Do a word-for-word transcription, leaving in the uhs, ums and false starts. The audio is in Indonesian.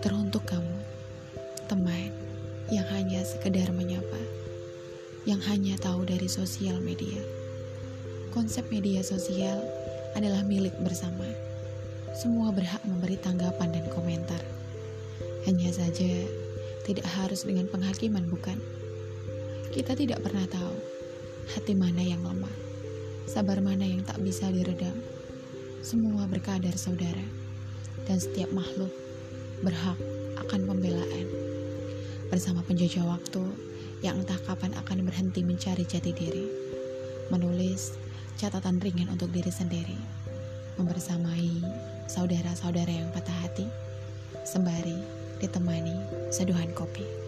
Teruntuk kamu, teman yang hanya sekedar menyapa, yang hanya tahu dari sosial media. Konsep media sosial adalah milik bersama. Semua berhak memberi tanggapan dan komentar. Hanya saja, tidak harus dengan penghakiman, bukan? Kita tidak pernah tahu hati mana yang lemah, sabar mana yang tak bisa diredam. Semua berkadar saudara, dan setiap makhluk berhak akan pembelaan. Bersama penjajah waktu yang entah kapan akan berhenti mencari jati diri, menulis catatan ringan untuk diri sendiri, membersamai saudara-saudara yang patah hati, sembari ditemani seduhan kopi.